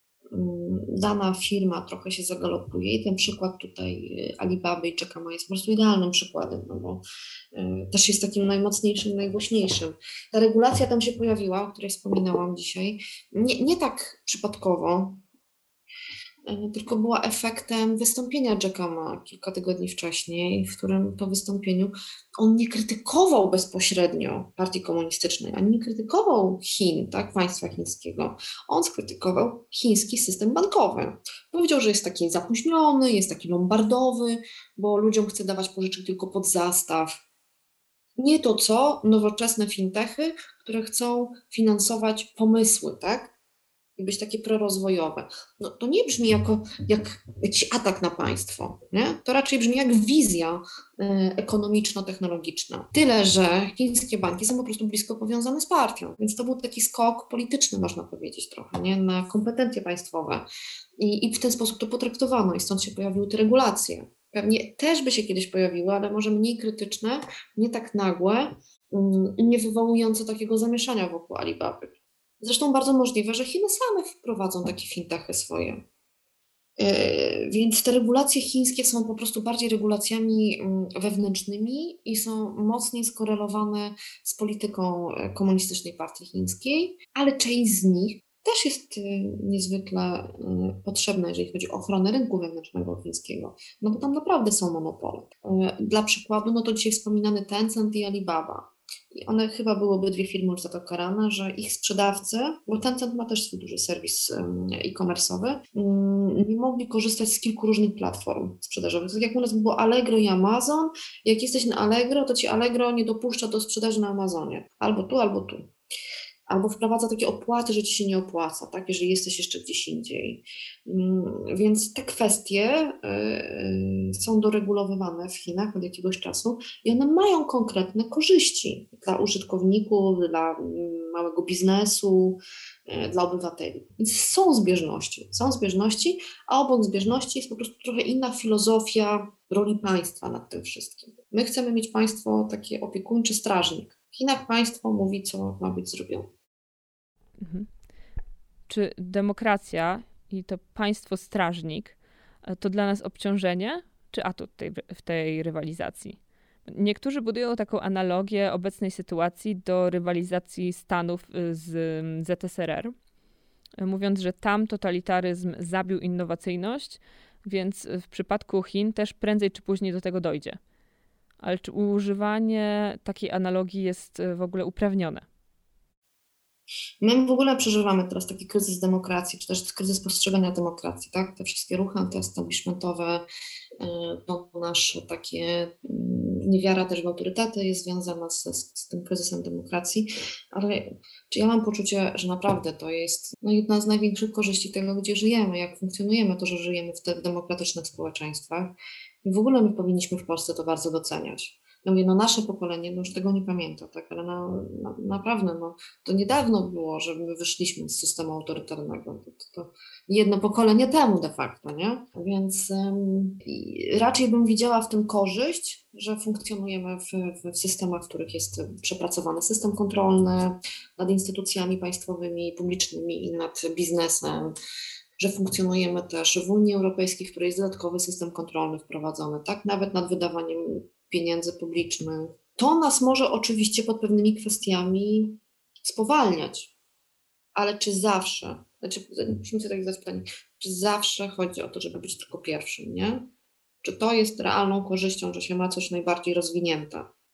dana firma trochę się zagalopuje i ten przykład tutaj Alibaby i Jack Ma jest po prostu idealnym przykładem, no bo też jest takim najmocniejszym, najgłośniejszym. Ta regulacja tam się pojawiła, o której wspominałam dzisiaj, nie, nie tak przypadkowo, tylko była efektem wystąpienia Jacka Ma kilka tygodni wcześniej, w którym to wystąpieniu on nie krytykował bezpośrednio partii komunistycznej, ani nie krytykował Chin, tak, państwa chińskiego. On skrytykował chiński system bankowy. Powiedział, że jest taki zapóźniony, jest taki lombardowy, bo ludziom chce dawać pożyczki tylko pod zastaw. Nie to co nowoczesne fintechy, które chcą finansować pomysły, tak? I być takie prorozwojowe. No, to nie brzmi jako jak jakiś atak na państwo, nie? To raczej brzmi jak wizja y, ekonomiczno-technologiczna. Tyle, że chińskie banki są po prostu blisko powiązane z partią, więc to był taki skok polityczny, można powiedzieć trochę, nie? Na kompetencje państwowe. I, I w ten sposób to potraktowano i stąd się pojawiły te regulacje. Pewnie też by się kiedyś pojawiły, ale może mniej krytyczne, nie tak nagłe i y, nie wywołujące takiego zamieszania wokół Alibaby. Zresztą bardzo możliwe, że Chiny same wprowadzą takie fintechy swoje. Yy, więc te regulacje chińskie są po prostu bardziej regulacjami wewnętrznymi i są mocniej skorelowane z polityką komunistycznej partii chińskiej, ale część z nich też jest niezwykle potrzebna, jeżeli chodzi o ochronę rynku wewnętrznego chińskiego, no bo tam naprawdę są monopole. Dla przykładu, no to dzisiaj wspominany Tencent i Alibaba. I one chyba były obydwie firmy już za to karane, że ich sprzedawcy, bo Tencent ma też swój duży serwis e-commerce'owy, nie mogli korzystać z kilku różnych platform sprzedażowych. Tak jak u nas było Allegro i Amazon, jak jesteś na Allegro, to ci Allegro nie dopuszcza do sprzedaży na Amazonie. Albo tu, albo tu. Albo wprowadza takie opłaty, że ci się nie opłaca, tak, jeżeli jesteś jeszcze gdzieś indziej. Więc te kwestie są doregulowywane w Chinach od jakiegoś czasu i one mają konkretne korzyści dla użytkowników, dla małego biznesu, dla obywateli. Więc są zbieżności, są zbieżności, a obok zbieżności jest po prostu trochę inna filozofia roli państwa nad tym wszystkim. My chcemy mieć państwo takie opiekuńczy strażnik. W Chinach państwo mówi, co ma być zrobione. Mhm. Czy demokracja i to państwo strażnik to dla nas obciążenie, czy atut tej, w tej rywalizacji? Niektórzy budują taką analogię obecnej sytuacji do rywalizacji Stanów z Z S R R, mówiąc, że tam totalitaryzm zabił innowacyjność, więc w przypadku Chin też prędzej czy później do tego dojdzie. Ale czy używanie takiej analogii jest w ogóle uprawnione? My w ogóle przeżywamy teraz taki kryzys demokracji, czy też kryzys postrzegania demokracji, tak? Te wszystkie ruchy antyestablishmentowe, to nasze takie niewiara też w autorytety jest związana z, z tym kryzysem demokracji, ale czy ja mam poczucie, że naprawdę to jest no, jedna z największych korzyści tego, gdzie żyjemy, jak funkcjonujemy, to, że żyjemy w tych demokratycznych społeczeństwach i w ogóle my powinniśmy w Polsce to bardzo doceniać. Ja mówię, no nasze pokolenie no już tego nie pamięta, tak, ale na, na, naprawdę, no, to niedawno było, że my wyszliśmy z systemu autorytarnego, to, to, to jedno pokolenie temu de facto, nie? Więc um, raczej bym widziała w tym korzyść, że funkcjonujemy w, w, w systemach, w których jest przepracowany system kontrolny nad instytucjami państwowymi, publicznymi i nad biznesem, że funkcjonujemy też w Unii Europejskiej, w której jest dodatkowy system kontrolny wprowadzony, tak, nawet nad wydawaniem pieniędzy publicznych. To nas może oczywiście pod pewnymi kwestiami spowalniać, ale czy zawsze, znaczy musimy sobie tak zadać pytanie, czy zawsze chodzi o to, żeby być tylko pierwszym, nie? Czy to jest realną korzyścią, że się ma coś najbardziej rozwinięte?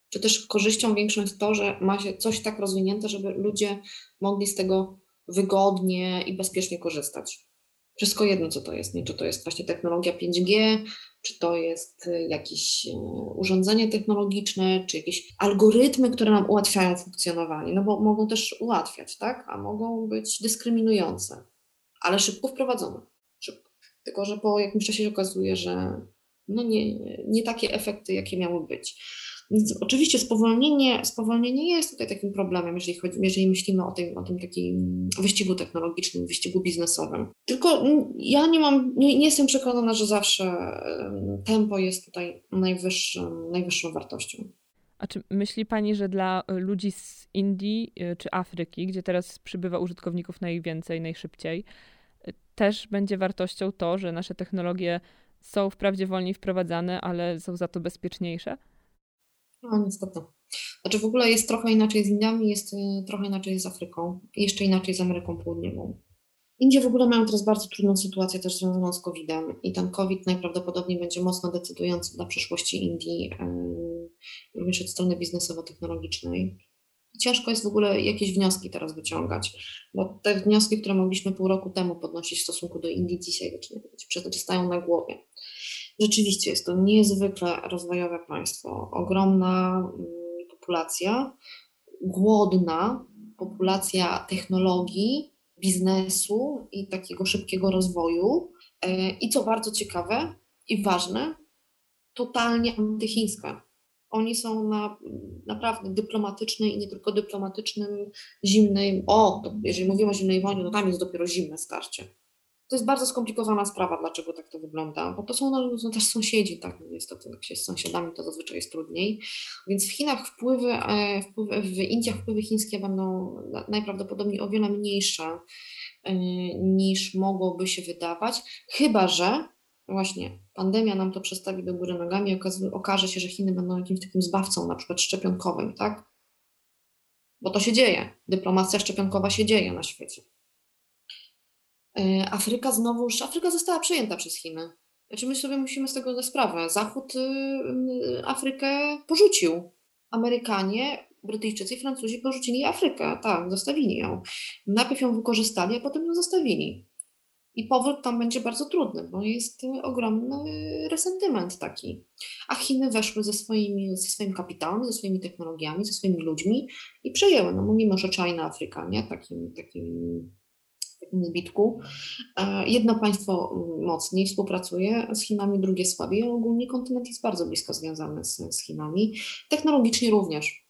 Czy też korzyścią większą jest to, że ma się coś tak rozwinięte, żeby ludzie mogli z tego wygodnie i bezpiecznie korzystać. Wszystko jedno, co to jest, nie? Czy to jest właśnie technologia pięć G, czy to jest jakieś urządzenie technologiczne, czy jakieś algorytmy, które nam ułatwiają funkcjonowanie, no bo mogą też ułatwiać, tak? A mogą być dyskryminujące, ale szybko wprowadzone. Szybko. Tylko że po jakimś czasie się okazuje, że no nie, nie takie efekty, jakie miały być. Więc oczywiście spowolnienie, spowolnienie jest tutaj takim problemem, jeżeli, chodzi, jeżeli myślimy o tym, o tym takim wyścigu technologicznym, wyścigu biznesowym. Tylko ja nie mam, nie, nie jestem przekonana, że zawsze tempo jest tutaj najwyższą, najwyższą wartością. A czy myśli Pani, że dla ludzi z Indii czy Afryki, gdzie teraz przybywa użytkowników najwięcej, najszybciej, też będzie wartością to, że nasze technologie są wprawdzie wolniej wprowadzane, ale są za to bezpieczniejsze? No niestety. Znaczy w ogóle jest trochę inaczej z Indiami, jest trochę inaczej z Afryką i jeszcze inaczej z Ameryką Południową. Indie w ogóle mają teraz bardzo trudną sytuację też związaną z kowidem i ten COVID najprawdopodobniej będzie mocno decydujący dla przyszłości Indii, yy, również od strony biznesowo-technologicznej. Ciężko jest w ogóle jakieś wnioski teraz wyciągać, bo te wnioski, które mogliśmy pół roku temu podnosić w stosunku do Indii, dzisiaj stają na głowie. Rzeczywiście jest to niezwykle rozwojowe państwo, ogromna populacja, głodna populacja technologii, biznesu i takiego szybkiego rozwoju i co bardzo ciekawe i ważne, totalnie antychińska. Oni są na naprawdę dyplomatycznej i nie tylko dyplomatycznym, zimnej, o, to jeżeli mówimy o zimnej wojnie, to tam jest dopiero zimne starcie. To jest bardzo skomplikowana sprawa, dlaczego tak to wygląda, bo to są, no, są też sąsiedzi, tak, niestety, jak się z sąsiadami to zazwyczaj jest trudniej, więc w Chinach wpływy, wpływy w Indiach wpływy chińskie będą najprawdopodobniej o wiele mniejsze niż mogłoby się wydawać, chyba że właśnie pandemia nam to przestawi do góry nogami i okaże się, że Chiny będą jakimś takim zbawcą, na przykład szczepionkowym, tak? Bo to się dzieje, dyplomacja szczepionkowa się dzieje na świecie. Afryka znowuż, Afryka została przejęta przez Chiny. Znaczy my sobie musimy z tego zdać sprawę. Zachód Afrykę porzucił. Amerykanie, Brytyjczycy i Francuzi porzucili Afrykę, tak, zostawili ją. Najpierw ją wykorzystali, a potem ją zostawili. I powrót tam będzie bardzo trudny, bo jest ogromny resentyment taki. A Chiny weszły ze, swoimi, ze swoim kapitałem, ze swoimi technologiami, ze swoimi ludźmi i przejęły. No mówimy już o China Afryka, nie? Takim, takim, takim zbitku. Jedno państwo mocniej współpracuje z Chinami, drugie słabiej, a ogólnie kontynent jest bardzo blisko związany z, z Chinami. Technologicznie również.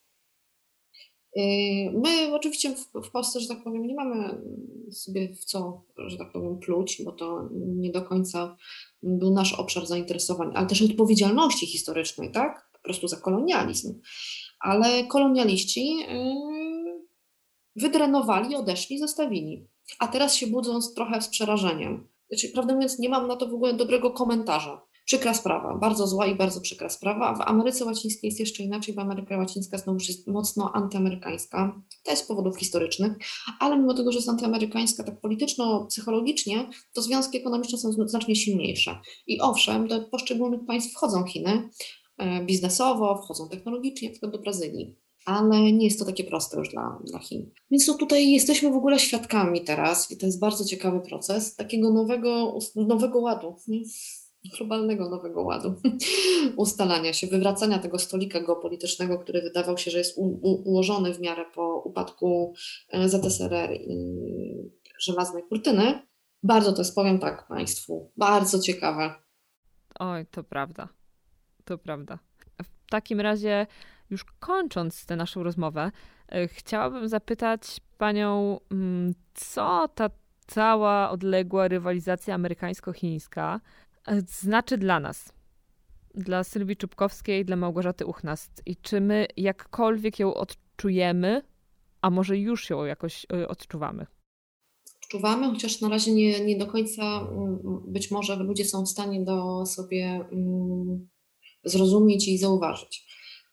My oczywiście w, w Polsce, że tak powiem, nie mamy sobie w co, że tak powiem, pluć, bo to nie do końca był nasz obszar zainteresowań, ale też odpowiedzialności historycznej, tak? Po prostu za kolonializm. Ale kolonialiści yy, wydrenowali, odeszli, zostawili. A teraz się budzą z, trochę z przerażeniem. Znaczy, prawdę mówiąc, nie mam na to w ogóle dobrego komentarza. Przykra sprawa, bardzo zła i bardzo przykra sprawa. W Ameryce Łacińskiej jest jeszcze inaczej, bo Ameryka Łacińska znowu jest mocno antyamerykańska, to jest z powodów historycznych, ale mimo tego, że jest antyamerykańska tak polityczno-psychologicznie, to związki ekonomiczne są znacznie silniejsze. I owszem, do poszczególnych państw wchodzą Chiny, biznesowo, wchodzą technologicznie, na przykład do Brazylii, ale nie jest to takie proste już dla, dla Chin. Więc to tutaj jesteśmy w ogóle świadkami teraz i to jest bardzo ciekawy proces takiego nowego, nowego ładu. Nie? Globalnego nowego ładu, ustalania się, wywracania tego stolika geopolitycznego, który wydawał się, że jest u, u, ułożony w miarę po upadku Z S R R i żelaznej kurtyny. Bardzo to jest, powiem tak Państwu, bardzo ciekawe. Oj, to prawda, to prawda. W takim razie, już kończąc tę naszą rozmowę, chciałabym zapytać Panią, co ta cała odległa rywalizacja amerykańsko-chińska znaczy dla nas, dla Sylwii Czubkowskiej, dla Małgorzaty Uchnast i czy my jakkolwiek ją odczujemy, a może już ją jakoś odczuwamy? Odczuwamy, chociaż na razie nie, nie do końca być może ludzie są w stanie do sobie um, zrozumieć i zauważyć.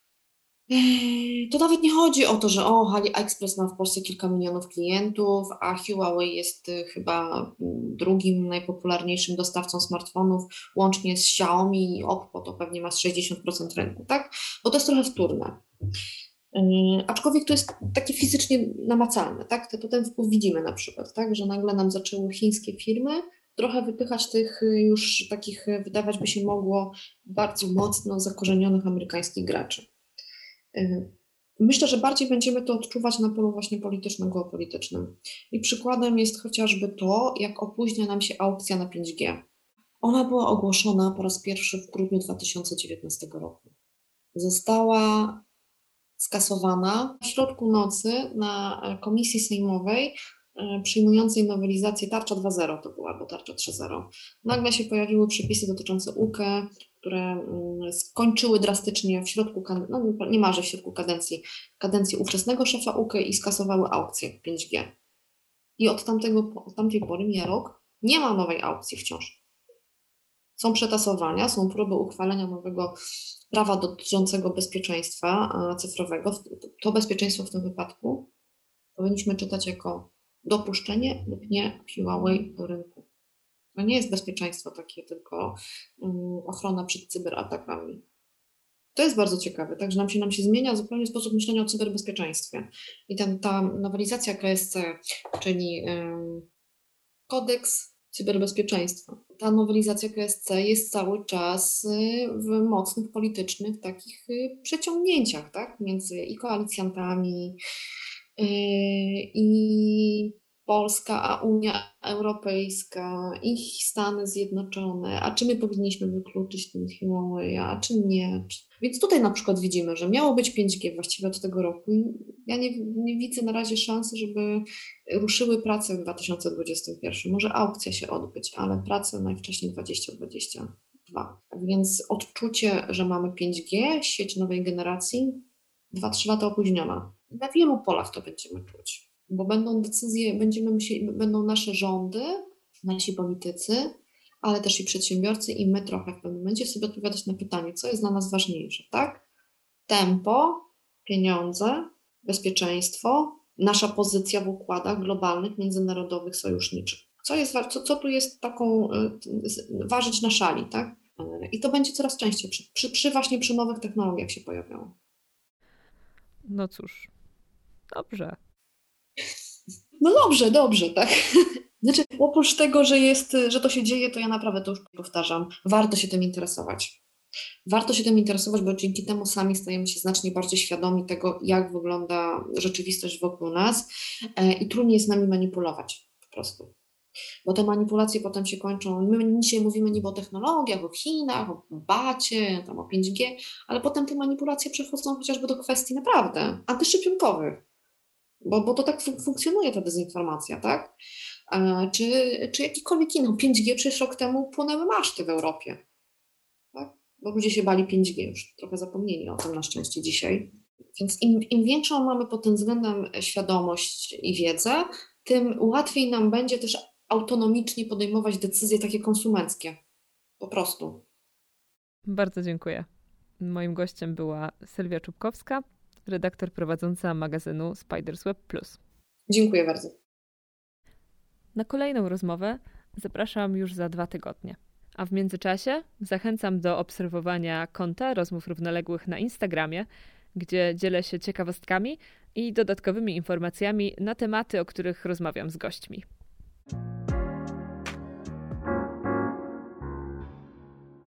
To nawet nie chodzi o to, że o, AliExpress ma w Polsce kilka milionów klientów, a Huawei jest chyba drugim najpopularniejszym dostawcą smartfonów, łącznie z Xiaomi i Oppo to pewnie ma sześćdziesiąt procent rynku, tak? Bo to jest trochę wtórne. Yy, aczkolwiek to jest takie fizycznie namacalne, tak? To ten wpływ widzimy na przykład, tak? Że nagle nam zaczęły chińskie firmy trochę wypychać tych już takich, wydawać by się mogło, bardzo mocno zakorzenionych amerykańskich graczy. Yy, myślę, że bardziej będziemy to odczuwać na polu właśnie polityczno-geopolitycznym. I przykładem jest chociażby to, jak opóźnia nam się aukcja na pięć G. Ona była ogłoszona po raz pierwszy w grudniu dwa tysiące dziewiętnastego roku. Została skasowana w środku nocy na komisji sejmowej przyjmującej nowelizację tarcza dwa zero to była, bo tarcza trzy zero. Nagle się pojawiły przepisy dotyczące U K E, które skończyły drastycznie w środku, no niemalże w środku kadencji, kadencji ówczesnego szefa U K E i skasowały aukcję pięć G. I od, tamtego, od tamtej pory mija rok, nie ma nowej aukcji wciąż. Są przetasowania, są próby uchwalenia nowego prawa dotyczącego bezpieczeństwa cyfrowego. To bezpieczeństwo w tym wypadku powinniśmy czytać jako dopuszczenie lub nie Huawei do rynku. To nie jest bezpieczeństwo takie, tylko um, ochrona przed cyberatakami. To jest bardzo ciekawe, także nam się, nam się zmienia zupełnie sposób myślenia o cyberbezpieczeństwie. I ten, ta nowelizacja K S C, czyli um, kodeks cyberbezpieczeństwa. Ta nowelizacja K S C jest cały czas w mocnych politycznych takich przeciągnięciach, tak? Między i koalicjantami, yy, i Polska, a Unia Europejska, i Stany Zjednoczone, a czy my powinniśmy wykluczyć ten Huawei, a czy nie. Więc tutaj na przykład widzimy, że miało być pięć G właściwie od tego roku i ja nie, nie widzę na razie szansy, żeby ruszyły prace w dwa tysiące dwudziestym pierwszym. Może aukcja się odbyć, ale prace najwcześniej dwa tysiące dwudziestym drugim. Więc odczucie, że mamy pięć G, sieć nowej generacji, dwa trzy lata opóźniona. Na wielu polach to będziemy czuć, bo będą decyzje, będziemy musieli, będą nasze rządy, nasi politycy, ale też i przedsiębiorcy i my trochę w pewnym momencie sobie odpowiadać na pytanie, co jest dla nas ważniejsze, tak? Tempo, pieniądze, bezpieczeństwo, nasza pozycja w układach globalnych, międzynarodowych, sojuszniczych. Co jest, co, co tu jest taką, ważyć na szali, tak? I to będzie coraz częściej, przy, przy, przy właśnie przy nowych technologiach się pojawiają. No cóż, dobrze. No dobrze, dobrze, tak? Znaczy, oprócz tego, że jest, że to się dzieje, to ja naprawdę to już powtarzam, warto się tym interesować. Warto się tym interesować, bo dzięki temu sami stajemy się znacznie bardziej świadomi tego, jak wygląda rzeczywistość wokół nas i trudniej jest nami manipulować po prostu. Bo te manipulacje potem się kończą, my dzisiaj mówimy niby o technologiach, o Chinach, o bacie, tam o pięć G, ale potem te manipulacje przechodzą chociażby do kwestii naprawdę antyszczepionkowych, bo, bo to tak fun- funkcjonuje ta dezinformacja, tak? E, czy, czy jakikolwiek inny. pięć G przecież rok temu płonęły maszty w Europie, tak? Bo ludzie się bali pięć G, już trochę zapomnieli o tym na szczęście dzisiaj. Więc im, im większą mamy pod tym względem świadomość i wiedzę, tym łatwiej nam będzie też autonomicznie podejmować decyzje takie konsumenckie. Po prostu. Bardzo dziękuję. Moim gościem była Sylwia Czubkowska, redaktor prowadząca magazynu Spiders Web Plus. Dziękuję bardzo. Na kolejną rozmowę zapraszam już za dwa tygodnie. A w międzyczasie zachęcam do obserwowania konta Rozmów Równoległych na Instagramie, gdzie dzielę się ciekawostkami i dodatkowymi informacjami na tematy, o których rozmawiam z gośćmi.